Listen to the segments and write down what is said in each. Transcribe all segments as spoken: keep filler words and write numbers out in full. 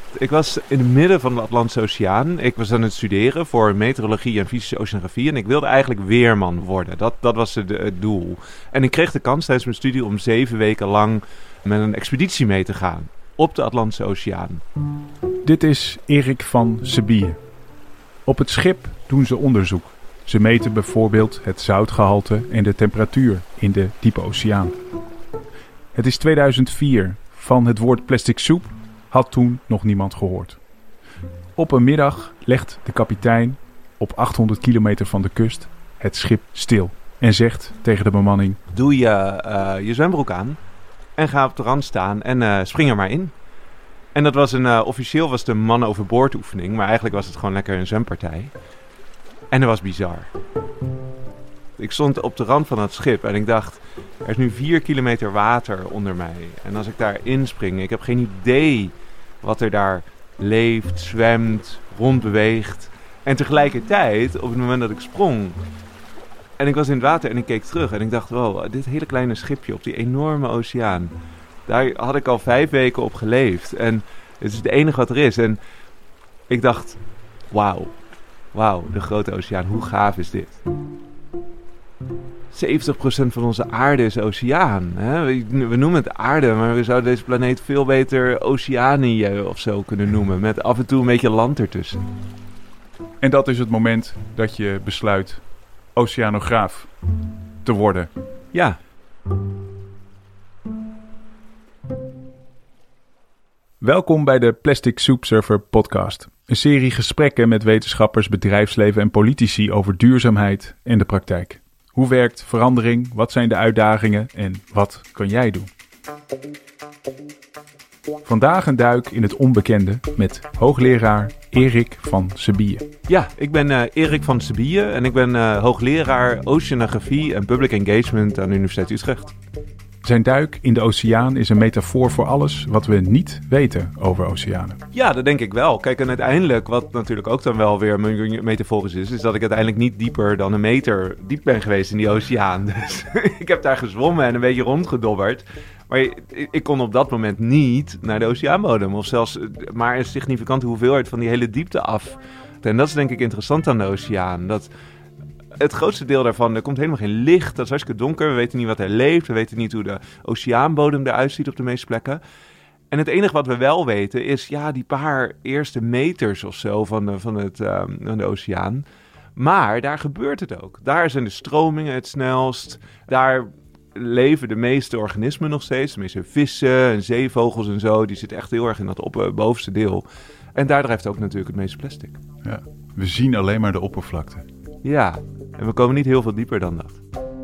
Ik was in het midden van de Atlantische Oceaan. Ik was aan het studeren voor meteorologie en fysische oceanografie. En ik wilde eigenlijk weerman worden. Dat, dat was het, het doel. En ik kreeg de kans tijdens mijn studie om zeven weken lang met een expeditie mee te gaan. Op de Atlantische Oceaan. Dit is Erik van Sebille. Op het schip doen ze onderzoek. Ze meten bijvoorbeeld het zoutgehalte en de temperatuur in de diepe oceaan. Het is tweeduizend vier. Van het woord plastic soep had toen nog niemand gehoord. Op een middag legt de kapitein op achthonderd kilometer van de kust het schip stil. En zegt tegen de bemanning: Doe je uh, je zwembroek aan en ga op de rand staan en uh, spring er maar in. En dat was een, uh, officieel was het een man overboord oefening, maar eigenlijk was het gewoon lekker een zwempartij. En dat was bizar. Ik stond op de rand van het schip en ik dacht, er is nu vier kilometer water onder mij. En als ik daar inspring, ik heb geen idee wat er daar leeft, zwemt, rondbeweegt. En tegelijkertijd, op het moment dat ik sprong en ik was in het water en ik keek terug en ik dacht, wow, dit hele kleine schipje op die enorme oceaan. Daar had ik al vijf weken op geleefd. En het is het enige wat er is. En ik dacht, wauw, wauw, de grote oceaan, hoe gaaf is dit? zeventig procent van onze aarde is oceaan. Hè? We, we noemen het aarde, maar we zouden deze planeet veel beter Oceanië of zo kunnen noemen. Met af en toe een beetje land ertussen. En dat is het moment dat je besluit oceanograaf te worden. Ja. Welkom bij de Plastic Soup Surfer podcast. Een serie gesprekken met wetenschappers, bedrijfsleven en politici over duurzaamheid en de praktijk. Hoe werkt verandering? Wat zijn de uitdagingen? En wat kan jij doen? Vandaag een duik in het onbekende met hoogleraar Erik van Sebille. Ja, ik ben uh, Erik van Sebille en ik ben uh, hoogleraar oceanografie en public engagement aan de Universiteit Utrecht. Zijn duik in de oceaan is een metafoor voor alles wat we niet weten over oceanen. Ja, dat denk ik wel. Kijk, en uiteindelijk, wat natuurlijk ook dan wel weer metaforisch is, is dat ik uiteindelijk niet dieper dan een meter diep ben geweest in die oceaan. Dus ik heb daar gezwommen en een beetje rondgedobberd. Maar ik kon op dat moment niet naar de oceaanbodem of zelfs maar een significante hoeveelheid van die hele diepte af. En dat is denk ik interessant aan de oceaan. Dat het grootste deel daarvan, er komt helemaal geen licht. Dat is hartstikke donker. We weten niet wat er leeft. We weten niet hoe de oceaanbodem eruit ziet op de meeste plekken. En het enige wat we wel weten is, ja, die paar eerste meters of zo van de, van het, um, van de oceaan. Maar daar gebeurt het ook. Daar zijn de stromingen het snelst. Daar leven de meeste organismen nog steeds. De meeste vissen en zeevogels en zo. Die zitten echt heel erg in dat op, uh, bovenste deel. En daar drijft ook natuurlijk het meeste plastic. Ja, we zien alleen maar de oppervlakte. Ja, en we komen niet heel veel dieper dan dat.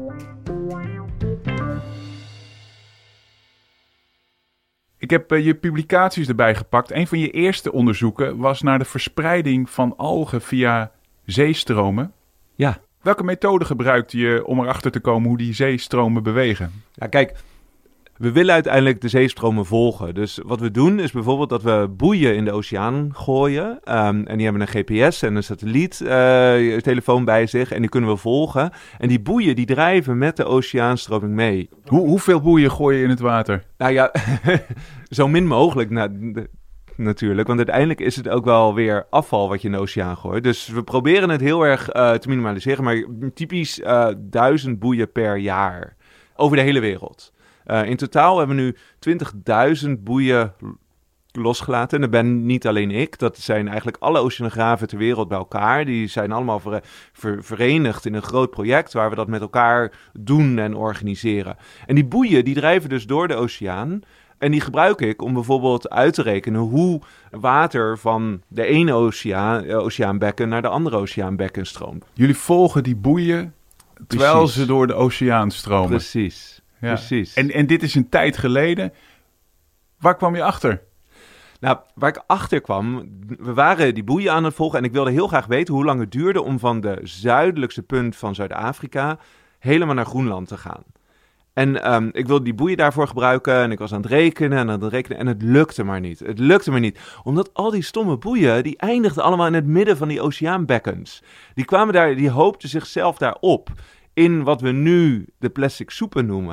Ik heb uh, je publicaties erbij gepakt. Een van je eerste onderzoeken was naar de verspreiding van algen via zeestromen. Ja. Welke methode gebruikte je om erachter te komen hoe die zeestromen bewegen? Ja, kijk, we willen uiteindelijk de zeestromen volgen. Dus wat we doen is bijvoorbeeld dat we boeien in de oceaan gooien. Um, en die hebben een G P S en een satelliettelefoon uh, bij zich. En die kunnen we volgen. En die boeien die drijven met de oceaanstroming mee. Hoe, hoeveel boeien gooi je in het water? Nou ja, zo min mogelijk na, de, natuurlijk. Want uiteindelijk is het ook wel weer afval wat je in de oceaan gooit. Dus we proberen het heel erg uh, te minimaliseren. Maar typisch uh, duizend boeien per jaar. Over de hele wereld. Uh, in totaal hebben we nu twintigduizend boeien losgelaten. En dat ben niet alleen ik. Dat zijn eigenlijk alle oceanografen ter wereld bij elkaar. Die zijn allemaal ver, ver, verenigd in een groot project waar we dat met elkaar doen en organiseren. En die boeien die drijven dus door de oceaan. En die gebruik ik om bijvoorbeeld uit te rekenen hoe water van de ene oceaan, oceaanbekken naar de andere oceaanbekken stroomt. Jullie volgen die boeien terwijl Precies. ze door de oceaan stromen. Precies. Ja. Precies. En, en dit is een tijd geleden. Waar kwam je achter? Nou, waar ik achter kwam, we waren die boeien aan het volgen en ik wilde heel graag weten hoe lang het duurde om van de zuidelijkste punt van Zuid-Afrika helemaal naar Groenland te gaan. En um, ik wilde die boeien daarvoor gebruiken en ik was aan het rekenen en aan het rekenen en het lukte maar niet. Het lukte maar niet, omdat al die stomme boeien, die eindigden allemaal in het midden van die oceaanbekkens. Die kwamen daar, die hoopten zichzelf daar op in wat we nu de plastic soepen noemen.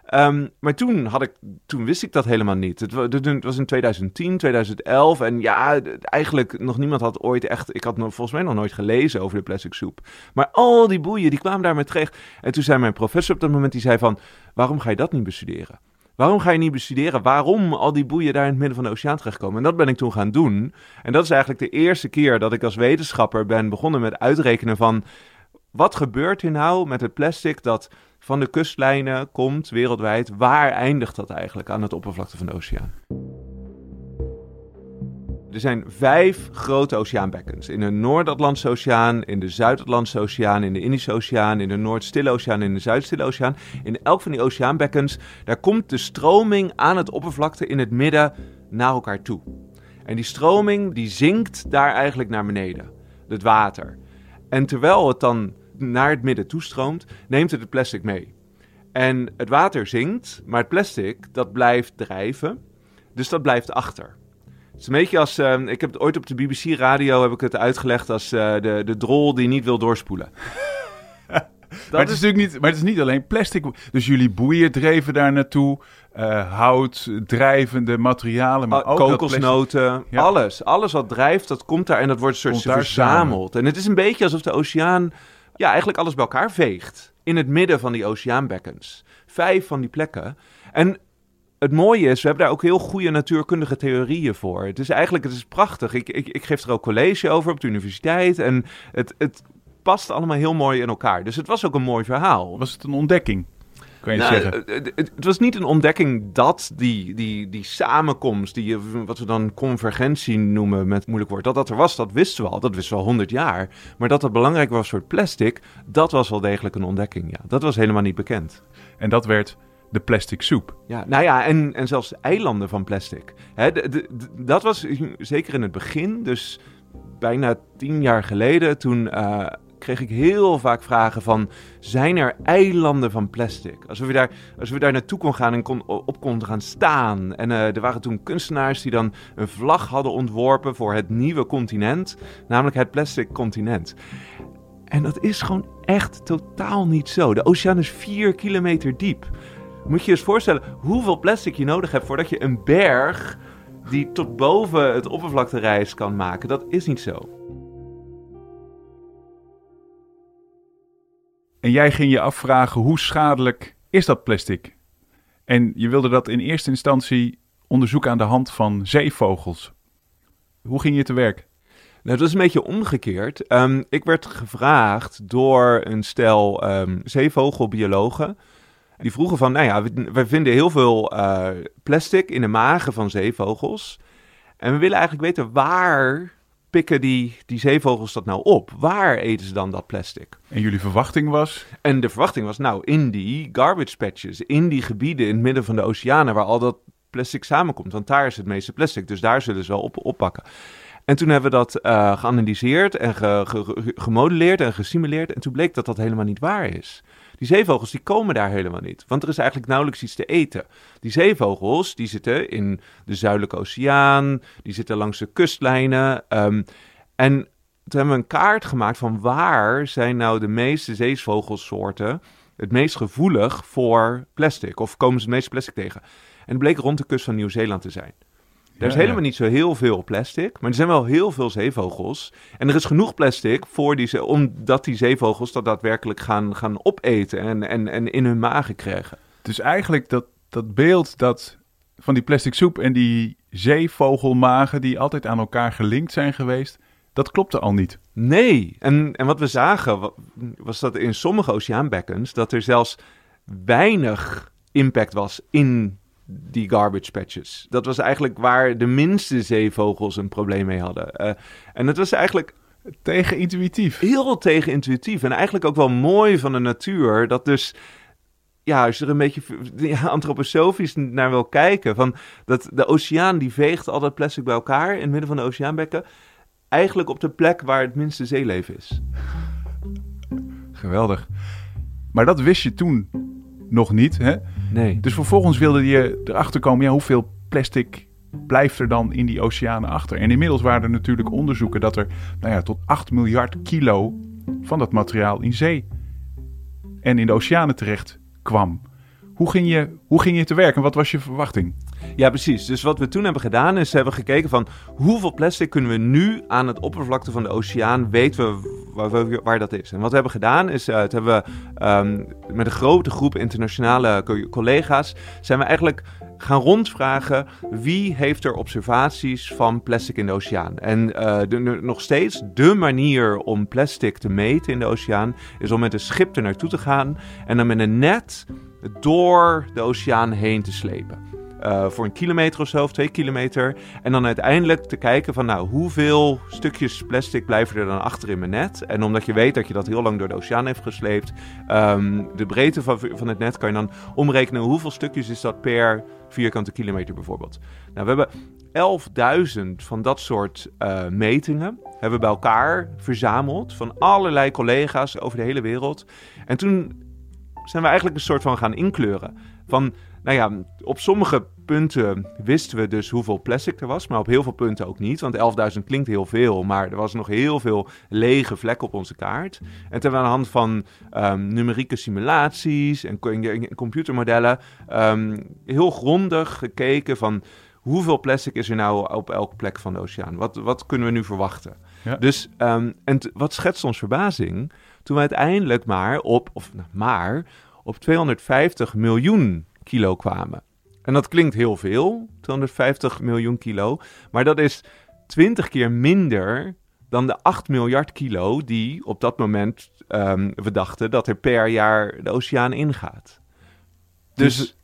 Um, maar toen, had ik, toen wist ik dat helemaal niet. Het, het was in twintig tien, twintig elf en ja, eigenlijk nog niemand had ooit echt... Ik had nog, volgens mij nog nooit gelezen over de plastic soep. Maar al die boeien, die kwamen daarmee terecht. En toen zei mijn professor op dat moment, die zei van... Waarom ga je dat niet bestuderen? Waarom ga je niet bestuderen waarom al die boeien daar in het midden van de oceaan terechtkomen? En dat ben ik toen gaan doen. En dat is eigenlijk de eerste keer dat ik als wetenschapper ben begonnen met uitrekenen van... Wat gebeurt er nou met het plastic dat van de kustlijnen komt wereldwijd? Waar eindigt dat eigenlijk aan het oppervlakte van de oceaan? Er zijn vijf grote oceaanbekkens. In de Noord-Atlantische Oceaan, in de Zuid-Atlantische Oceaan, in de Indische Oceaan, in de Noord-Stille Oceaan en in de Zuid-Stille Oceaan. In elk van die oceaanbekkens, daar komt de stroming aan het oppervlakte in het midden naar elkaar toe. En die stroming, die zinkt daar eigenlijk naar beneden. Het water. En terwijl het dan naar het midden toestroomt, neemt het het plastic mee. En het water zinkt, maar het plastic, dat blijft drijven. Dus dat blijft achter. Het is een beetje als, uh, ik heb het ooit op de B B C radio heb ik het uitgelegd als uh, de, de drol die niet wil doorspoelen. maar, het is natuurlijk niet, maar het is niet alleen plastic. Dus jullie boeien dreven daar naartoe. Uh, hout, drijvende materialen. Maar uh, ook kokosnoten, ja. alles. Alles wat drijft, dat komt daar en dat wordt een soort verzameld. Samen. En het is een beetje alsof de oceaan ja, eigenlijk alles bij elkaar veegt. In het midden van die oceaanbekkens. Vijf van die plekken. En het mooie is, we hebben daar ook heel goede natuurkundige theorieën voor. Het is eigenlijk, het is prachtig. Ik, ik, ik geef er ook college over op de universiteit. En het, het past allemaal heel mooi in elkaar. Dus het was ook een mooi verhaal. Was het een ontdekking? Kan je nou, zeggen? Het, het, het was niet een ontdekking dat die, die, die samenkomst, die, wat we dan convergentie noemen met moeilijk woord, dat dat er was, dat wisten we al. Dat wisten we al honderd jaar. Maar dat dat belangrijk was voor het plastic, dat was wel degelijk een ontdekking. Ja. Dat was helemaal niet bekend. En dat werd de plastic soep. Ja, nou ja, en, en zelfs eilanden van plastic. Hè, de, de, de, dat was zeker in het begin, dus bijna tien jaar geleden, toen uh, kreeg ik heel vaak vragen van, zijn er eilanden van plastic? Alsof we daar, alsof we daar naartoe kon gaan en kon, op konden gaan staan. En uh, er waren toen kunstenaars die dan een vlag hadden ontworpen voor het nieuwe continent, namelijk het plastic continent. En dat is gewoon echt totaal niet zo. De oceaan is vier kilometer diep. Moet je je eens voorstellen hoeveel plastic je nodig hebt voordat je een berg die tot boven het oppervlakte reist kan maken. Dat is niet zo. En jij ging je afvragen, hoe schadelijk is dat plastic? En je wilde dat in eerste instantie onderzoeken aan de hand van zeevogels. Hoe ging je te werk? Nou, dat is een beetje omgekeerd. Um, ik werd gevraagd door een stel um, zeevogelbiologen. Die vroegen van, nou ja, we, we vinden heel veel uh, plastic in de magen van zeevogels. En we willen eigenlijk weten, waar pikken die, die zeevogels dat nou op? Waar eten ze dan dat plastic? En jullie verwachting was? En de verwachting was, nou, in die garbage patches, in die gebieden in het midden van de oceanen waar al dat plastic samenkomt. Want daar is het meeste plastic, dus daar zullen ze wel op oppakken. En toen hebben we dat uh, geanalyseerd en ge, ge, gemodelleerd en gesimuleerd. En toen bleek dat dat helemaal niet waar is. Die zeevogels die komen daar helemaal niet. Want er is eigenlijk nauwelijks iets te eten. Die zeevogels die zitten in de Zuidelijke Oceaan. Die zitten langs de kustlijnen. Um, en toen hebben we een kaart gemaakt van waar zijn nou de meeste zeevogelsoorten het meest gevoelig voor plastic. Of komen ze het meeste plastic tegen. En het bleek rond de kust van Nieuw-Zeeland te zijn. Er is ja, helemaal ja. niet zo heel veel plastic, maar er zijn wel heel veel zeevogels. En er is genoeg plastic voor die ze, omdat die zeevogels dat daadwerkelijk gaan, gaan opeten en, en, en in hun magen krijgen. Dus eigenlijk dat, dat beeld dat van die plastic soep en die zeevogelmagen die altijd aan elkaar gelinkt zijn geweest, dat klopte al niet. Nee, en, en wat we zagen was dat in sommige oceaanbekkens dat er zelfs weinig impact was in die garbage patches. Dat was eigenlijk waar de minste zeevogels een probleem mee hadden. Uh, en het was eigenlijk tegenintuïtief. Heel tegenintuïtief. En eigenlijk ook wel mooi van de natuur. Dat dus, ja, als je er een beetje ja, antroposofisch naar wil kijken, van dat de oceaan die veegt al dat plastic bij elkaar in het midden van de oceaanbekken. Eigenlijk op de plek waar het minste zeeleven is. Geweldig. Maar dat wist je toen nog niet, hè? Nee. Dus vervolgens wilde je erachter komen, ja, hoeveel plastic blijft er dan in die oceanen achter? En inmiddels waren er natuurlijk onderzoeken dat er, nou ja, tot acht miljard kilo van dat materiaal in zee en in de oceanen terecht kwam. Hoe ging je, hoe ging je te werk en wat was je verwachting? Ja, precies. Dus wat we toen hebben gedaan is, hebben gekeken van hoeveel plastic kunnen we nu aan het oppervlakte van de oceaan weten we waar, waar, waar dat is. En wat we hebben gedaan is, uh, het hebben we um, met een grote groep internationale co- collega's, zijn we eigenlijk gaan rondvragen wie heeft er observaties van plastic in de oceaan. En uh, de, de, nog steeds de manier om plastic te meten in de oceaan is om met een schip er naartoe te gaan en dan met een net door de oceaan heen te slepen. Uh, voor een kilometer of zo, of twee kilometer. En dan uiteindelijk te kijken van, nou, hoeveel stukjes plastic blijven er dan achter in mijn net? En omdat je weet dat je dat heel lang door de oceaan heeft gesleept, um, de breedte van, van het net kan je dan omrekenen. Hoeveel stukjes is dat per vierkante kilometer bijvoorbeeld? Nou, we hebben elfduizend van dat soort uh, metingen hebben we bij elkaar verzameld van allerlei collega's over de hele wereld. En toen zijn we eigenlijk een soort van gaan inkleuren. Van, nou ja, op sommige punten wisten we dus hoeveel plastic er was, maar op heel veel punten ook niet. Want elfduizend klinkt heel veel, maar er was nog heel veel lege vlekken op onze kaart. En toen hebben we aan de hand van um, numerieke simulaties en computermodellen um, heel grondig gekeken van hoeveel plastic is er nou op elke plek van de oceaan? Wat, wat kunnen we nu verwachten? Ja. Dus, um, en t- wat schetst ons verbazing toen we uiteindelijk maar op, of nou, maar op tweehonderdvijftig miljoen kilo kwamen. En dat klinkt heel veel, tweehonderdvijftig miljoen kilo. Maar dat is twintig keer minder dan de acht miljard kilo die op dat moment um, we dachten dat er per jaar de oceaan ingaat. Dus, dus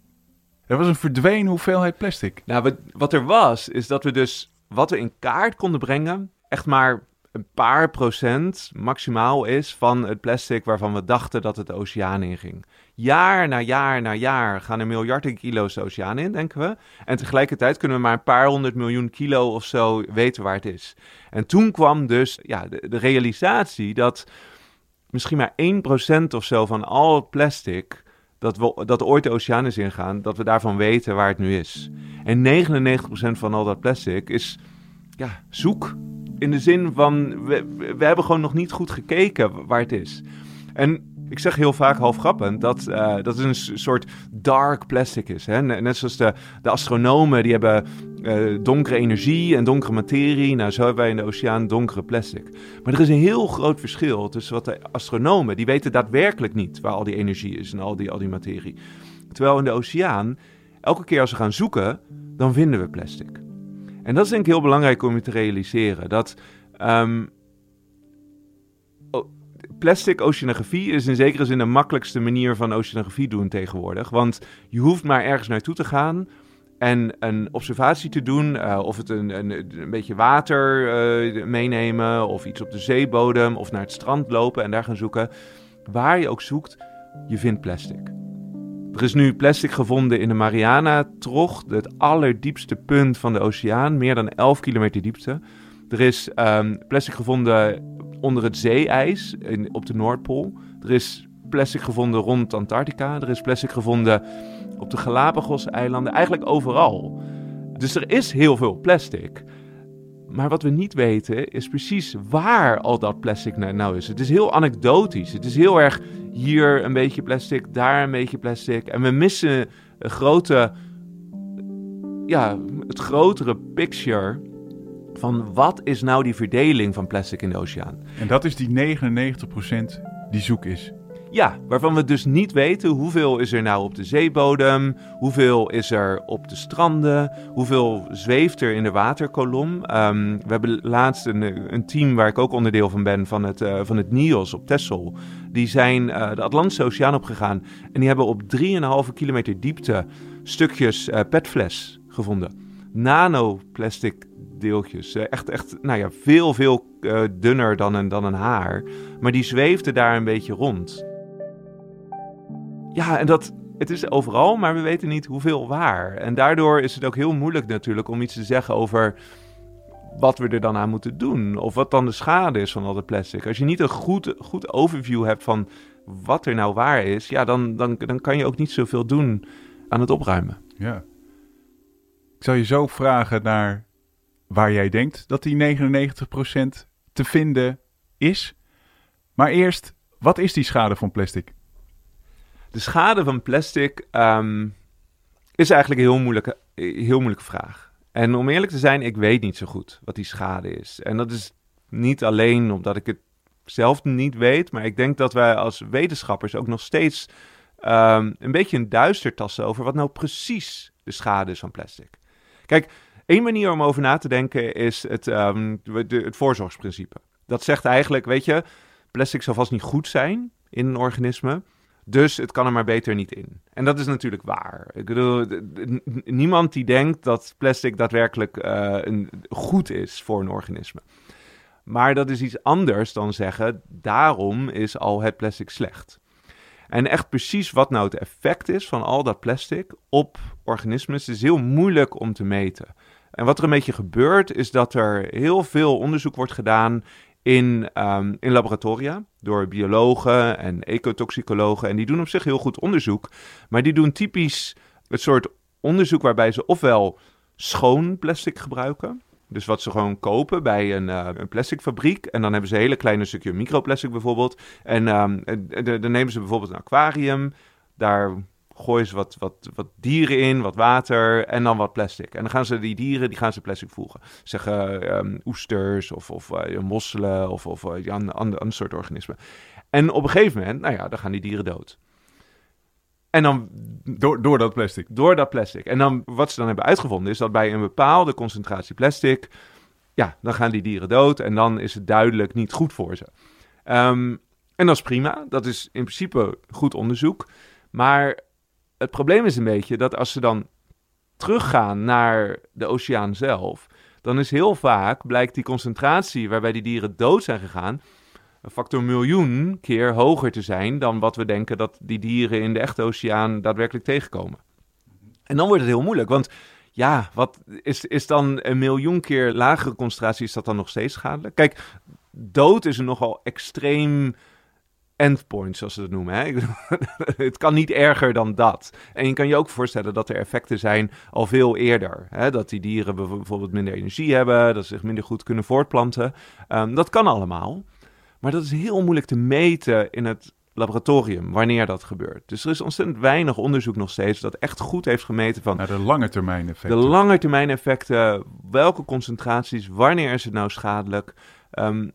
er was een verdwenen hoeveelheid plastic. Nou, wat, wat er was, is dat we dus wat we in kaart konden brengen, echt maar een paar procent maximaal is van het plastic waarvan we dachten dat het de oceaan inging. Jaar na jaar na jaar gaan er miljarden kilo's de oceaan in, denken we. En tegelijkertijd kunnen we maar een paar honderd miljoen kilo of zo weten waar het is. En toen kwam dus ja, de, de realisatie dat misschien maar één procent of zo van al het plastic dat, we, dat ooit de oceaan is ingaan, dat we daarvan weten waar het nu is. En negenennegentig procent van al dat plastic is ja, zoek. In de zin van, we, we hebben gewoon nog niet goed gekeken waar het is. En ik zeg heel vaak half grappend dat, uh, dat het een soort dark plastic is. Hè? Net zoals de, de astronomen, die hebben uh, donkere energie en donkere materie. Nou, zo hebben wij in de oceaan donkere plastic. Maar er is een heel groot verschil tussen wat de astronomen, die weten daadwerkelijk niet waar al die energie is en al die, al die materie. Terwijl in de oceaan, elke keer als we gaan zoeken, dan vinden we plastic. En dat is denk ik heel belangrijk om je te realiseren. Dat um, plastic oceanografie is in zekere zin de makkelijkste manier van oceanografie doen tegenwoordig. Want je hoeft maar ergens naartoe te gaan en een observatie te doen. Uh, of het een, een, een beetje water uh, meenemen of iets op de zeebodem of naar het strand lopen en daar gaan zoeken. Waar je ook zoekt, je vindt plastic. Er is nu plastic gevonden in de Mariana-trog, het allerdiepste punt van de oceaan, meer dan elf kilometer diepte. Er is um, plastic gevonden onder het zeeijs in, op de Noordpool. Er is plastic gevonden rond Antarctica. Er is plastic gevonden op de Galapagos-eilanden, eigenlijk overal. Dus er is heel veel plastic. Maar wat we niet weten is precies waar al dat plastic nou is. Het is heel anekdotisch. Het is heel erg hier een beetje plastic, daar een beetje plastic. En we missen een grote, ja, het grotere picture van wat is nou die verdeling van plastic in de oceaan. En dat is die negenennegentig procent die zoek is. Ja, waarvan we dus niet weten hoeveel is er nou op de zeebodem, hoeveel is er op de stranden, hoeveel zweeft er in de waterkolom. Um, we hebben laatst een, een team waar ik ook onderdeel van ben, van het, uh, van het N I O S op Texel. Die zijn uh, de Atlantische Oceaan opgegaan en die hebben op drie komma vijf kilometer diepte stukjes uh, petfles gevonden. Nanoplastic deeltjes. Uh, echt, echt, nou ja, veel, veel uh, dunner dan een, dan een haar. Maar die zweefden daar een beetje rond. Ja, en dat, het is overal, maar we weten niet hoeveel waar. En daardoor is het ook heel moeilijk natuurlijk om iets te zeggen over wat we er dan aan moeten doen. Of wat dan de schade is van al dat plastic. Als je niet een goed, goed overview hebt van wat er nou waar is, ja, dan, dan, dan kan je ook niet zoveel doen aan het opruimen. Ja. Ik zal je zo vragen naar waar jij denkt dat die negenennegentig procent te vinden is. Maar eerst, wat is die schade van plastic? De schade van plastic um, is eigenlijk een heel moeilijke, heel moeilijke vraag. En om eerlijk te zijn, ik weet niet zo goed wat die schade is. En dat is niet alleen omdat ik het zelf niet weet, maar ik denk dat wij als wetenschappers ook nog steeds um, een beetje een duister tassen over wat nou precies de schade is van plastic. Kijk, één manier om over na te denken is het, um, de, het voorzorgsprincipe. Dat zegt eigenlijk, weet je, plastic zal vast niet goed zijn in een organisme, dus het kan er maar beter niet in. En dat is natuurlijk waar. Ik bedoel, niemand die denkt dat plastic daadwerkelijk uh, een, goed is voor een organisme. Maar dat is iets anders dan zeggen, daarom is al het plastic slecht. En echt precies wat nou het effect is van al dat plastic op organismen, is heel moeilijk om te meten. En wat er een beetje gebeurt, is dat er heel veel onderzoek wordt gedaan in, um, in laboratoria door biologen en ecotoxicologen. En die doen op zich heel goed onderzoek, maar die doen typisch het soort onderzoek waarbij ze ofwel schoon plastic gebruiken, dus wat ze gewoon kopen bij een, uh, een plasticfabriek. En dan hebben ze een hele kleine stukje microplastic bijvoorbeeld. En um, dan nemen ze bijvoorbeeld een aquarium. Daar gooien ze wat, wat, wat dieren in, wat water en dan wat plastic. En dan gaan ze die dieren, die gaan ze plastic voegen. Zeggen um, oesters of, of uh, mosselen of, of uh, ja, een ander, ander soort organismen. En op een gegeven moment, nou ja, dan gaan die dieren dood. En dan, door, door dat plastic? Door dat plastic. En dan, wat ze dan hebben uitgevonden is dat bij een bepaalde concentratie plastic, ja, dan gaan die dieren dood en dan is het duidelijk niet goed voor ze. Um, en dat is prima. Dat is in principe goed onderzoek. Maar het probleem is een beetje dat als ze dan teruggaan naar de oceaan zelf, dan is heel vaak, blijkt die concentratie waarbij die dieren dood zijn gegaan, een factor miljoen keer hoger te zijn dan wat we denken dat die dieren in de echte oceaan daadwerkelijk tegenkomen. En dan wordt het heel moeilijk, want ja, wat is, is dan een miljoen keer lagere concentratie, is dat dan nog steeds schadelijk? Kijk, dood is een nogal extreem endpoint, zoals ze dat noemen. Hè? Het kan niet erger dan dat. En je kan je ook voorstellen dat er effecten zijn al veel eerder. Hè? Dat die dieren bijvoorbeeld minder energie hebben, dat ze zich minder goed kunnen voortplanten. Um, dat kan allemaal. Maar dat is heel moeilijk te meten in het laboratorium, wanneer dat gebeurt. Dus er is ontzettend weinig onderzoek nog steeds dat echt goed heeft gemeten van naar de lange termijn effecten. De lange termijn effecten, welke concentraties, wanneer is het nou schadelijk? Um,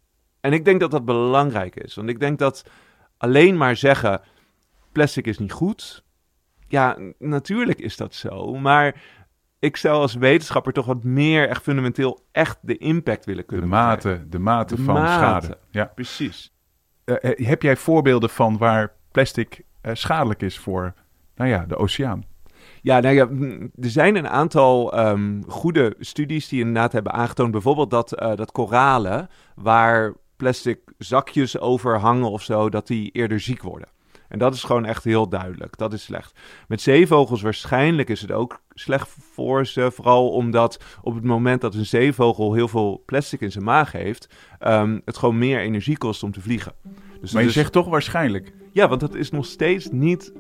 en ik denk dat dat belangrijk is. Want ik denk dat alleen maar zeggen, plastic is niet goed. Ja, natuurlijk is dat zo, maar ik zou als wetenschapper toch wat meer echt fundamenteel echt de impact willen kunnen De mate, bekijken. de mate de van mate. schade. Ja, precies. Uh, heb jij voorbeelden van waar plastic uh, schadelijk is voor, nou ja, de oceaan? Ja, nou ja, er zijn een aantal um, goede studies die inderdaad hebben aangetoond, bijvoorbeeld dat, uh, dat koralen, waar plastic zakjes over hangen of zo, dat die eerder ziek worden. En dat is gewoon echt heel duidelijk. Dat is slecht. Met zeevogels waarschijnlijk is het ook slecht voor ze. Vooral omdat op het moment dat een zeevogel heel veel plastic in zijn maag heeft, um, het gewoon meer energie kost om te vliegen. Dus maar je is, zegt toch waarschijnlijk? Ja, want dat is nog steeds niet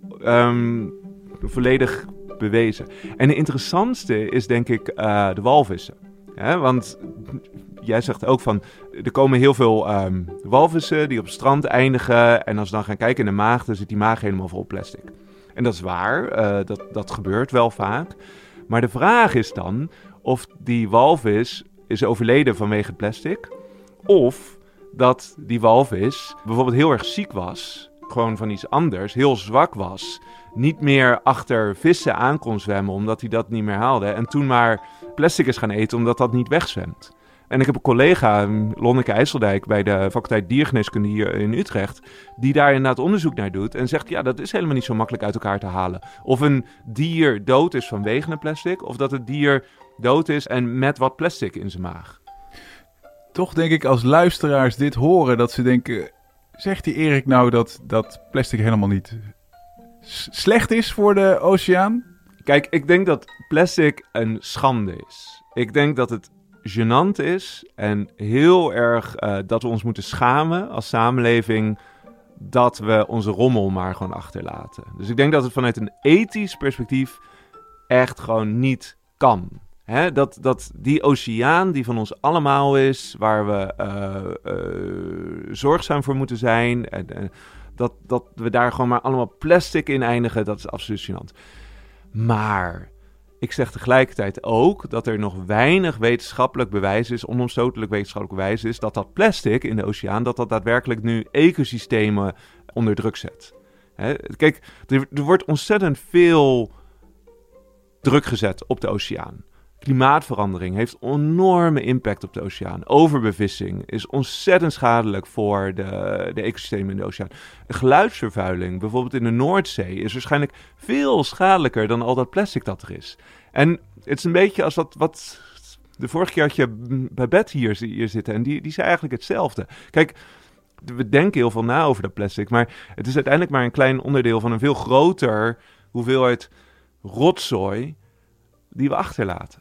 um, volledig bewezen. En de interessantste is denk ik uh, de walvissen. Ja, want jij zegt ook van, er komen heel veel um, walvissen die op het strand eindigen. En als we dan gaan kijken in de maag, dan zit die maag helemaal vol plastic. En dat is waar, uh, dat, dat gebeurt wel vaak. Maar de vraag is dan of die walvis is overleden vanwege plastic. Of dat die walvis bijvoorbeeld heel erg ziek was, gewoon van iets anders, heel zwak was, niet meer achter vissen aan kon zwemmen omdat hij dat niet meer haalde. En toen maar plastic is gaan eten omdat dat niet wegzwemt. En ik heb een collega, Lonneke IJsseldijk, bij de faculteit diergeneeskunde hier in Utrecht, die daar inderdaad onderzoek naar doet en zegt, ja, dat is helemaal niet zo makkelijk uit elkaar te halen. Of een dier dood is vanwege een plastic, of dat het dier dood is en met wat plastic in zijn maag. Toch denk ik als luisteraars dit horen, dat ze denken, zegt die Erik nou dat, dat plastic helemaal niet s- slecht is voor de oceaan? Kijk, ik denk dat plastic een schande is. Ik denk dat het gênant is en heel erg uh, dat we ons moeten schamen als samenleving dat we onze rommel maar gewoon achterlaten. Dus ik denk dat het vanuit een ethisch perspectief echt gewoon niet kan. Hè? Dat, dat die oceaan die van ons allemaal is, waar we uh, uh, zorgzaam voor moeten zijn, en, uh, Dat, dat we daar gewoon maar allemaal plastic in eindigen, dat is absoluut gênant. Maar ik zeg tegelijkertijd ook dat er nog weinig wetenschappelijk bewijs is, onomstotelijk wetenschappelijk bewijs is, dat dat plastic in de oceaan, dat dat daadwerkelijk nu ecosystemen onder druk zet. Hè? Kijk, er, er wordt ontzettend veel druk gezet op de oceaan. Klimaatverandering heeft enorme impact op de oceaan. Overbevissing is ontzettend schadelijk voor de, de ecosystemen in de oceaan. Geluidsvervuiling, bijvoorbeeld in de Noordzee, is waarschijnlijk veel schadelijker dan al dat plastic dat er is. En het is een beetje als wat... wat de vorige keer had je Babette hier, hier zitten en die, die zei eigenlijk hetzelfde. Kijk, we denken heel veel na over dat plastic, maar het is uiteindelijk maar een klein onderdeel van een veel groter hoeveelheid rotzooi die we achterlaten.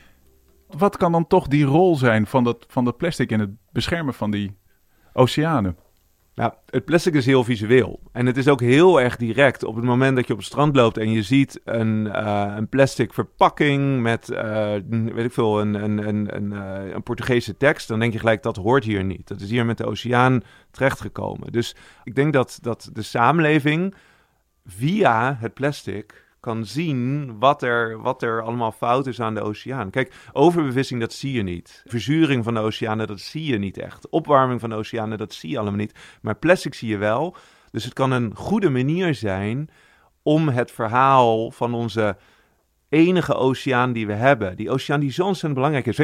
Wat kan dan toch die rol zijn van dat, van dat plastic in het beschermen van die oceanen? Nou, het plastic is heel visueel. En het is ook heel erg direct. Op het moment dat je op het strand loopt en je ziet een, uh, een plastic verpakking met, uh, weet ik veel, een, een, een, een, uh, een Portugese tekst, dan denk je gelijk, dat hoort hier niet. Dat is hier met de oceaan terechtgekomen. Dus ik denk dat, dat de samenleving via het plastic kan zien wat er, wat er allemaal fout is aan de oceaan. Kijk, overbevissing, dat zie je niet. Verzuring van de oceanen, dat zie je niet echt. Opwarming van de oceanen, dat zie je allemaal niet. Maar plastic zie je wel. Dus het kan een goede manier zijn om het verhaal van onze enige oceaan die we hebben, die oceaan die zo ontzettend belangrijk is.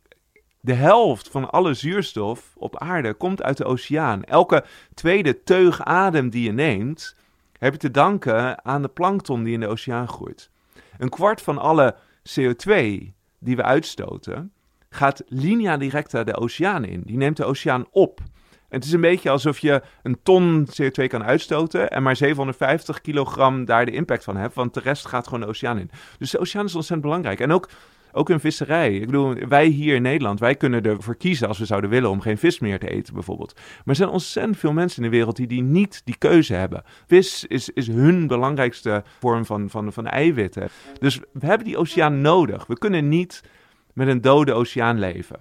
De helft van alle zuurstof op aarde komt uit de oceaan. Elke tweede teug adem die je neemt, heb je te danken aan de plankton die in de oceaan groeit. Een kwart van alle C O twee die we uitstoten gaat linea directa de oceaan in. Die neemt de oceaan op. En het is een beetje alsof je een ton C O twee kan uitstoten en maar zevenhonderdvijftig kilogram daar de impact van hebt, want de rest gaat gewoon de oceaan in. Dus de oceaan is ontzettend belangrijk. En ook, ook in visserij. Ik bedoel, wij hier in Nederland, wij kunnen ervoor kiezen als we zouden willen om geen vis meer te eten bijvoorbeeld. Maar er zijn ontzettend veel mensen in de wereld die, die niet die keuze hebben. Vis is, is hun belangrijkste vorm van, van, van eiwitten. Dus we hebben die oceaan nodig. We kunnen niet met een dode oceaan leven.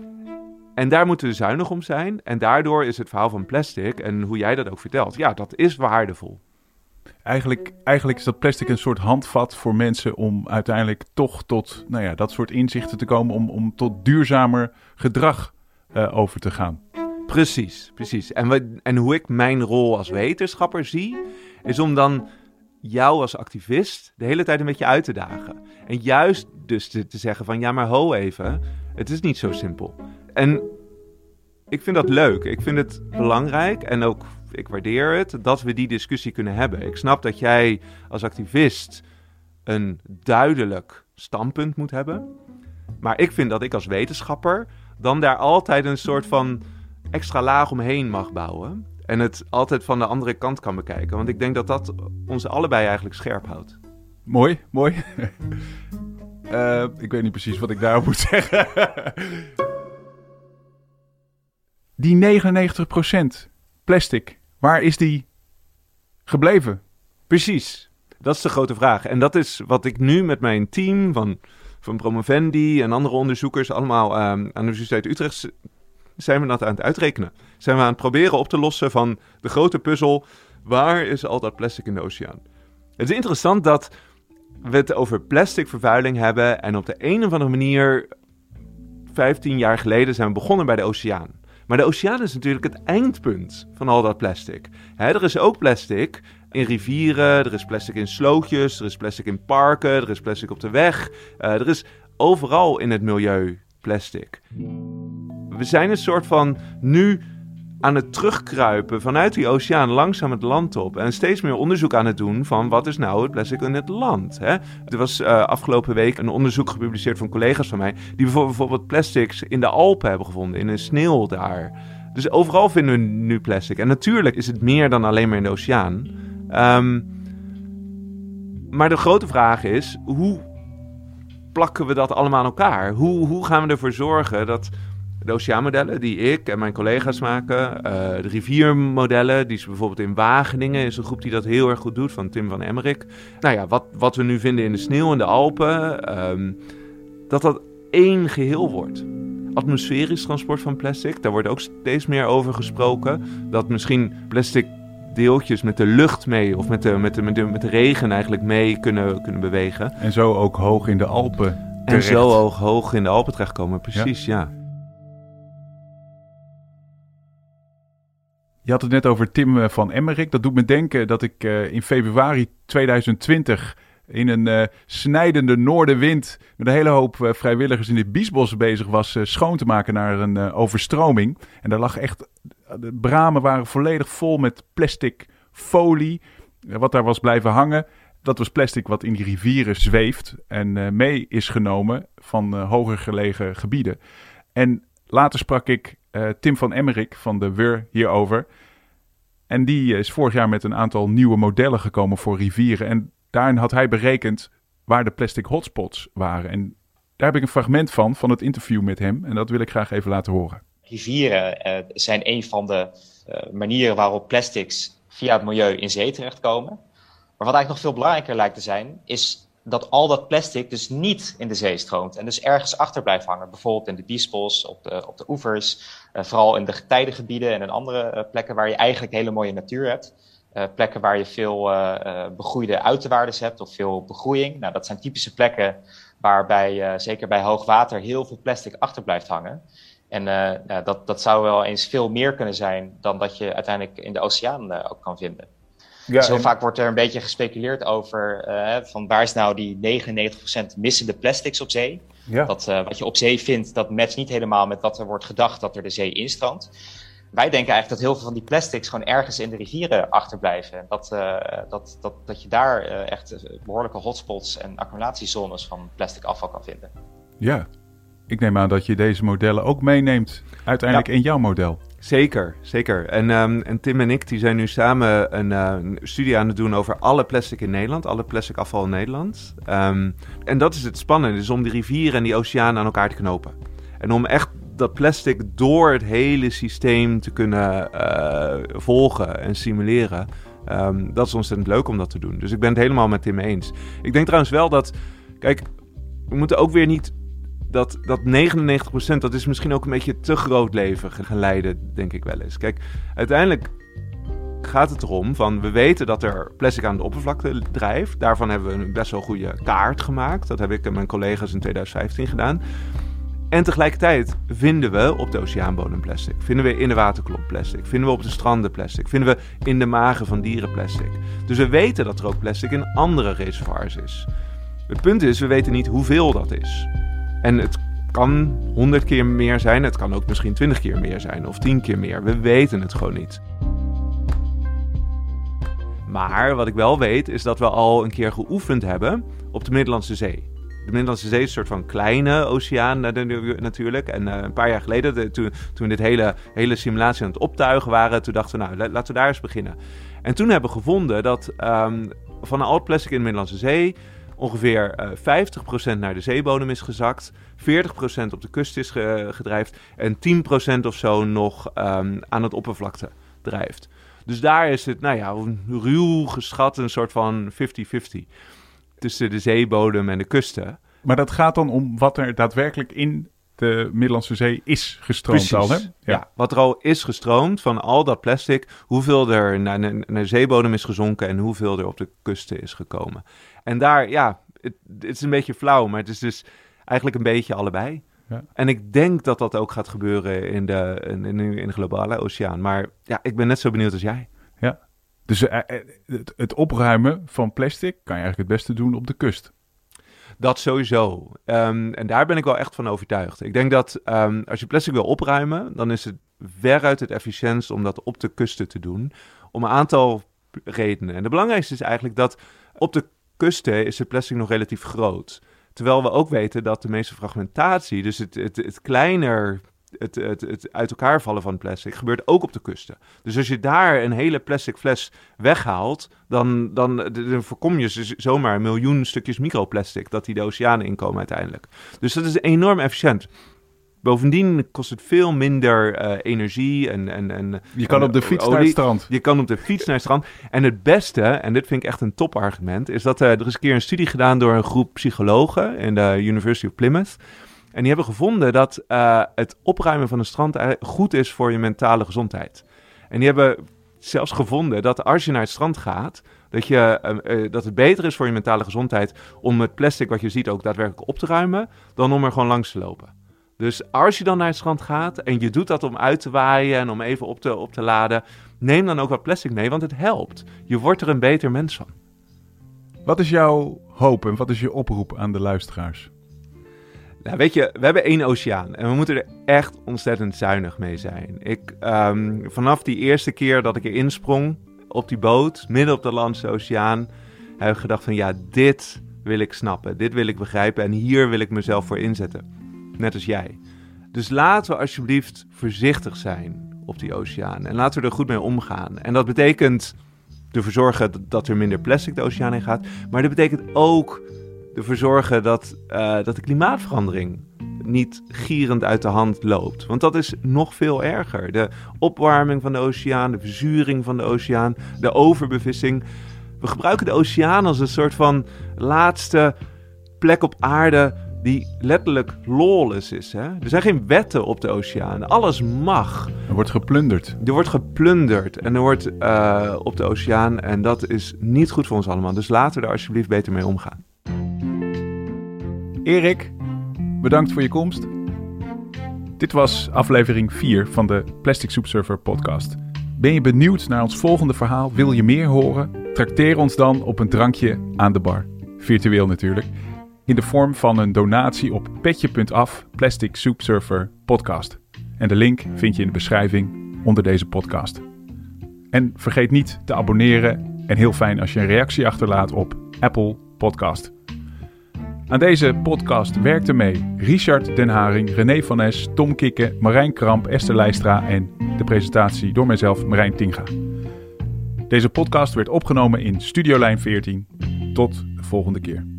En daar moeten we zuinig om zijn. En daardoor is het verhaal van plastic, en hoe jij dat ook vertelt, ja, dat is waardevol. Eigenlijk, eigenlijk is dat plastic een soort handvat voor mensen om uiteindelijk toch tot nou ja, dat soort inzichten te komen, om, om tot duurzamer gedrag uh, over te gaan. Precies, precies. En, we, en hoe ik mijn rol als wetenschapper zie, is om dan jou als activist de hele tijd een beetje uit te dagen. En juist dus te, te zeggen van, ja maar ho even, het is niet zo simpel. En ik vind dat leuk. Ik vind het belangrijk en ook, ik waardeer het, dat we die discussie kunnen hebben. Ik snap dat jij als activist een duidelijk standpunt moet hebben. Maar ik vind dat ik als wetenschapper dan daar altijd een soort van extra laag omheen mag bouwen. En het altijd van de andere kant kan bekijken. Want ik denk dat dat ons allebei eigenlijk scherp houdt. Mooi, mooi. uh, ik weet niet precies wat ik daarop moet zeggen. Die negenennegentig procent plastic, waar is die gebleven? Precies, dat is de grote vraag. En dat is wat ik nu met mijn team van, van Promovendi en andere onderzoekers allemaal um, aan de Universiteit Utrecht zijn we dat aan het uitrekenen. Zijn we aan het proberen op te lossen van de grote puzzel, waar is al dat plastic in de oceaan? Het is interessant dat we het over plastic vervuiling hebben en op de een of andere manier, vijftien jaar geleden zijn we begonnen bij de oceaan. Maar de oceaan is natuurlijk het eindpunt van al dat plastic. Hè, er is ook plastic in rivieren, er is plastic in slootjes, er is plastic in parken, er is plastic op de weg. Uh, er is overal in het milieu plastic. We zijn een soort van nu aan het terugkruipen vanuit die oceaan langzaam het land op. En steeds meer onderzoek aan het doen van wat is nou het plastic in het land. Hè? Er was uh, afgelopen week een onderzoek gepubliceerd van collega's van mij, die bijvoorbeeld plastics in de Alpen hebben gevonden, in de sneeuw daar. Dus overal vinden we nu plastic. En natuurlijk is het meer dan alleen maar in de oceaan. Um, maar de grote vraag is, hoe plakken we dat allemaal aan elkaar? Hoe, hoe gaan we ervoor zorgen dat de oceaanmodellen die ik en mijn collega's maken, uh, de riviermodellen, die is bijvoorbeeld in Wageningen, is een groep die dat heel erg goed doet, van Tim van Emmerik. Nou ja, wat, wat we nu vinden in de sneeuw in de Alpen, um, dat dat één geheel wordt. Atmosferisch transport van plastic, daar wordt ook steeds meer over gesproken. Dat misschien plastic deeltjes met de lucht mee of met de, met de, met de, met de regen eigenlijk mee kunnen, kunnen bewegen. En zo ook hoog in de Alpen terecht. En zo ook hoog in de Alpen terechtkomen, precies, ja. ja. Je had het net over Tim van Emmerik. Dat doet me denken dat ik uh, in februari tweeduizend twintig in een uh, snijdende noordenwind met een hele hoop uh, vrijwilligers in de Biesbos bezig was uh, schoon te maken naar een uh, overstroming. En daar lag echt, de bramen waren volledig vol met plastic folie, uh, wat daar was blijven hangen. Dat was plastic wat in die rivieren zweeft en uh, mee is genomen van uh, hoger gelegen gebieden. En later sprak ik uh, Tim van Emmerik van de W U R hierover. En die is vorig jaar met een aantal nieuwe modellen gekomen voor rivieren. En daarin had hij berekend waar de plastic hotspots waren. En daar heb ik een fragment van, van het interview met hem. En dat wil ik graag even laten horen. Rivieren uh, zijn een van de uh, manieren waarop plastics via het milieu in zee terechtkomen. Maar wat eigenlijk nog veel belangrijker lijkt te zijn, is dat al dat plastic dus niet in de zee stroomt. En dus ergens achter blijft hangen. Bijvoorbeeld in de Biesbos, op de, op de oevers. Uh, vooral in de getijdengebieden en in andere uh, plekken waar je eigenlijk hele mooie natuur hebt. Uh, plekken waar je veel uh, uh, begroeide uiterwaardes hebt of veel begroeiing. Nou, dat zijn typische plekken waarbij, uh, zeker bij hoog water, heel veel plastic achter blijft hangen. En uh, nou, dat, dat zou wel eens veel meer kunnen zijn dan dat je uiteindelijk in de oceaan uh, ook kan vinden. Ja, dus heel en... vaak wordt er een beetje gespeculeerd over uh, van waar is nou die negenennegentig procent missende plastics op zee. Ja. Dat uh, wat je op zee vindt, dat matcht niet helemaal met wat er wordt gedacht dat er de zee instroomt. Wij denken eigenlijk dat heel veel van die plastics gewoon ergens in de rivieren achterblijven. Dat, uh, dat, dat, dat je daar uh, echt behoorlijke hotspots en accumulatiezones van plastic afval kan vinden. Ja, ik neem aan dat je deze modellen ook meeneemt uiteindelijk ja. in jouw model. Zeker, zeker. En, um, en Tim en ik die zijn nu samen een, uh, een studie aan het doen over alle plastic in Nederland. Alle plastic afval in Nederland. Um, en dat is het spannende, dus om die rivieren en die oceanen aan elkaar te knopen. En om echt dat plastic door het hele systeem te kunnen uh, volgen en simuleren. Um, dat is ontzettend leuk om dat te doen. Dus ik ben het helemaal met Tim eens. Ik denk trouwens wel dat, kijk, we moeten ook weer niet dat, dat negenennegentig procent, dat is misschien ook een beetje te groot leven gaan leiden, denk ik wel eens. Kijk, uiteindelijk gaat het erom van, we weten dat er plastic aan de oppervlakte drijft. Daarvan hebben we een best wel goede kaart gemaakt. Dat heb ik en mijn collega's in twintig vijftien gedaan. En tegelijkertijd vinden we op de oceaanbodem plastic. Vinden we in de waterklop plastic. Vinden we op de stranden plastic. Vinden we in de magen van dieren plastic. Dus we weten dat er ook plastic in andere reservoirs is. Het punt is, we weten niet hoeveel dat is. En het kan honderd keer meer zijn. Het kan ook misschien twintig keer meer zijn. Of tien keer meer. We weten het gewoon niet. Maar wat ik wel weet, is dat we al een keer geoefend hebben op de Middellandse Zee. De Middellandse Zee is een soort van kleine oceaan natuurlijk. En uh, een paar jaar geleden, de, toen, toen we dit hele, hele simulatie aan het optuigen waren, toen dachten we, nou, laten we daar eens beginnen. En toen hebben we gevonden dat um, van al het plastic in de Middellandse Zee ongeveer uh, vijftig procent naar de zeebodem is gezakt, veertig procent op de kust is ge, gedrijft en tien procent of zo nog um, aan het oppervlakte drijft. Dus daar is het, nou ja, ruw geschat een soort van vijftig vijftig. Tussen de zeebodem en de kusten. Maar dat gaat dan om wat er daadwerkelijk in de Middellandse Zee is gestroomd. Precies. Al, hè? Ja. ja, wat er al is gestroomd van al dat plastic, hoeveel er naar, naar de zeebodem is gezonken en hoeveel er op de kusten is gekomen. En daar, ja, het, het is een beetje flauw, maar het is dus eigenlijk een beetje allebei. Ja. En ik denk dat dat ook gaat gebeuren in de, in, in, in de globale oceaan. Maar ja, ik ben net zo benieuwd als jij. Ja. Dus uh, het, het opruimen van plastic kan je eigenlijk het beste doen op de kust. Dat sowieso. Um, en daar ben ik wel echt van overtuigd. Ik denk dat um, als je plastic wil opruimen, dan is het veruit het efficiëntst om dat op de kusten te doen. Om een aantal redenen. En de belangrijkste is eigenlijk dat op de kusten is het plastic nog relatief groot. Terwijl we ook weten dat de meeste fragmentatie, dus het, het, het kleiner Het, het, het uit elkaar vallen van plastic gebeurt ook op de kusten. Dus als je daar een hele plastic fles weghaalt, dan, dan, dan voorkom je zomaar een miljoen stukjes microplastic dat die de oceanen inkomen uiteindelijk. Dus dat is enorm efficiënt. Bovendien kost het veel minder uh, energie en, en, en... Je kan en, op de fiets olie. naar het strand. Je kan op de fiets naar het strand. En het beste, en dit vind ik echt een topargument, is dat uh, er is een keer een studie gedaan door een groep psychologen in de University of Plymouth. En die hebben gevonden dat uh, het opruimen van een strand goed is voor je mentale gezondheid. En die hebben zelfs gevonden dat als je naar het strand gaat, dat, je, uh, uh, dat het beter is voor je mentale gezondheid om het plastic wat je ziet ook daadwerkelijk op te ruimen, dan om er gewoon langs te lopen. Dus als je dan naar het strand gaat en je doet dat om uit te waaien en om even op te, op te laden, neem dan ook wat plastic mee, want het helpt. Je wordt er een beter mens van. Wat is jouw hoop en wat is je oproep aan de luisteraars? Nou, weet je, we hebben één oceaan en we moeten er echt ontzettend zuinig mee zijn. Ik, um, vanaf die eerste keer dat ik erin sprong op die boot, midden op de Atlantische Oceaan, heb ik gedacht van ja, dit wil ik snappen, dit wil ik begrijpen en hier wil ik mezelf voor inzetten. Net als jij. Dus laten we alsjeblieft voorzichtig zijn op die oceaan en laten we er goed mee omgaan. En dat betekent ervoor zorgen dat er minder plastic de oceaan in gaat, maar dat betekent ook ervoor zorgen dat, uh, dat de klimaatverandering niet gierend uit de hand loopt. Want dat is nog veel erger. De opwarming van de oceaan, de verzuring van de oceaan, de overbevissing. We gebruiken de oceaan als een soort van laatste plek op aarde die letterlijk lawless is. Hè? Er zijn geen wetten op de oceaan. Alles mag. Er wordt geplunderd. Er wordt geplunderd en er wordt uh, op de oceaan en dat is niet goed voor ons allemaal. Dus laten we er alsjeblieft beter mee omgaan. Erik, bedankt voor je komst. Dit was aflevering vier van de Plastic Soup Surfer podcast. Ben je benieuwd naar ons volgende verhaal? Wil je meer horen? Trakteer ons dan op een drankje aan de bar. Virtueel natuurlijk. In de vorm van een donatie op petje punt af Plastic Soup Surfer podcast. En de link vind je in de beschrijving onder deze podcast. En vergeet niet te abonneren en heel fijn als je een reactie achterlaat op Apple Podcast. Aan deze podcast werkten mee Richard Den Haring, René van Es, Tom Kikke, Marijn Kramp, Esther Leistra en de presentatie door mijzelf, Marijn Tinga. Deze podcast werd opgenomen in Studiolijn veertien. Tot de volgende keer.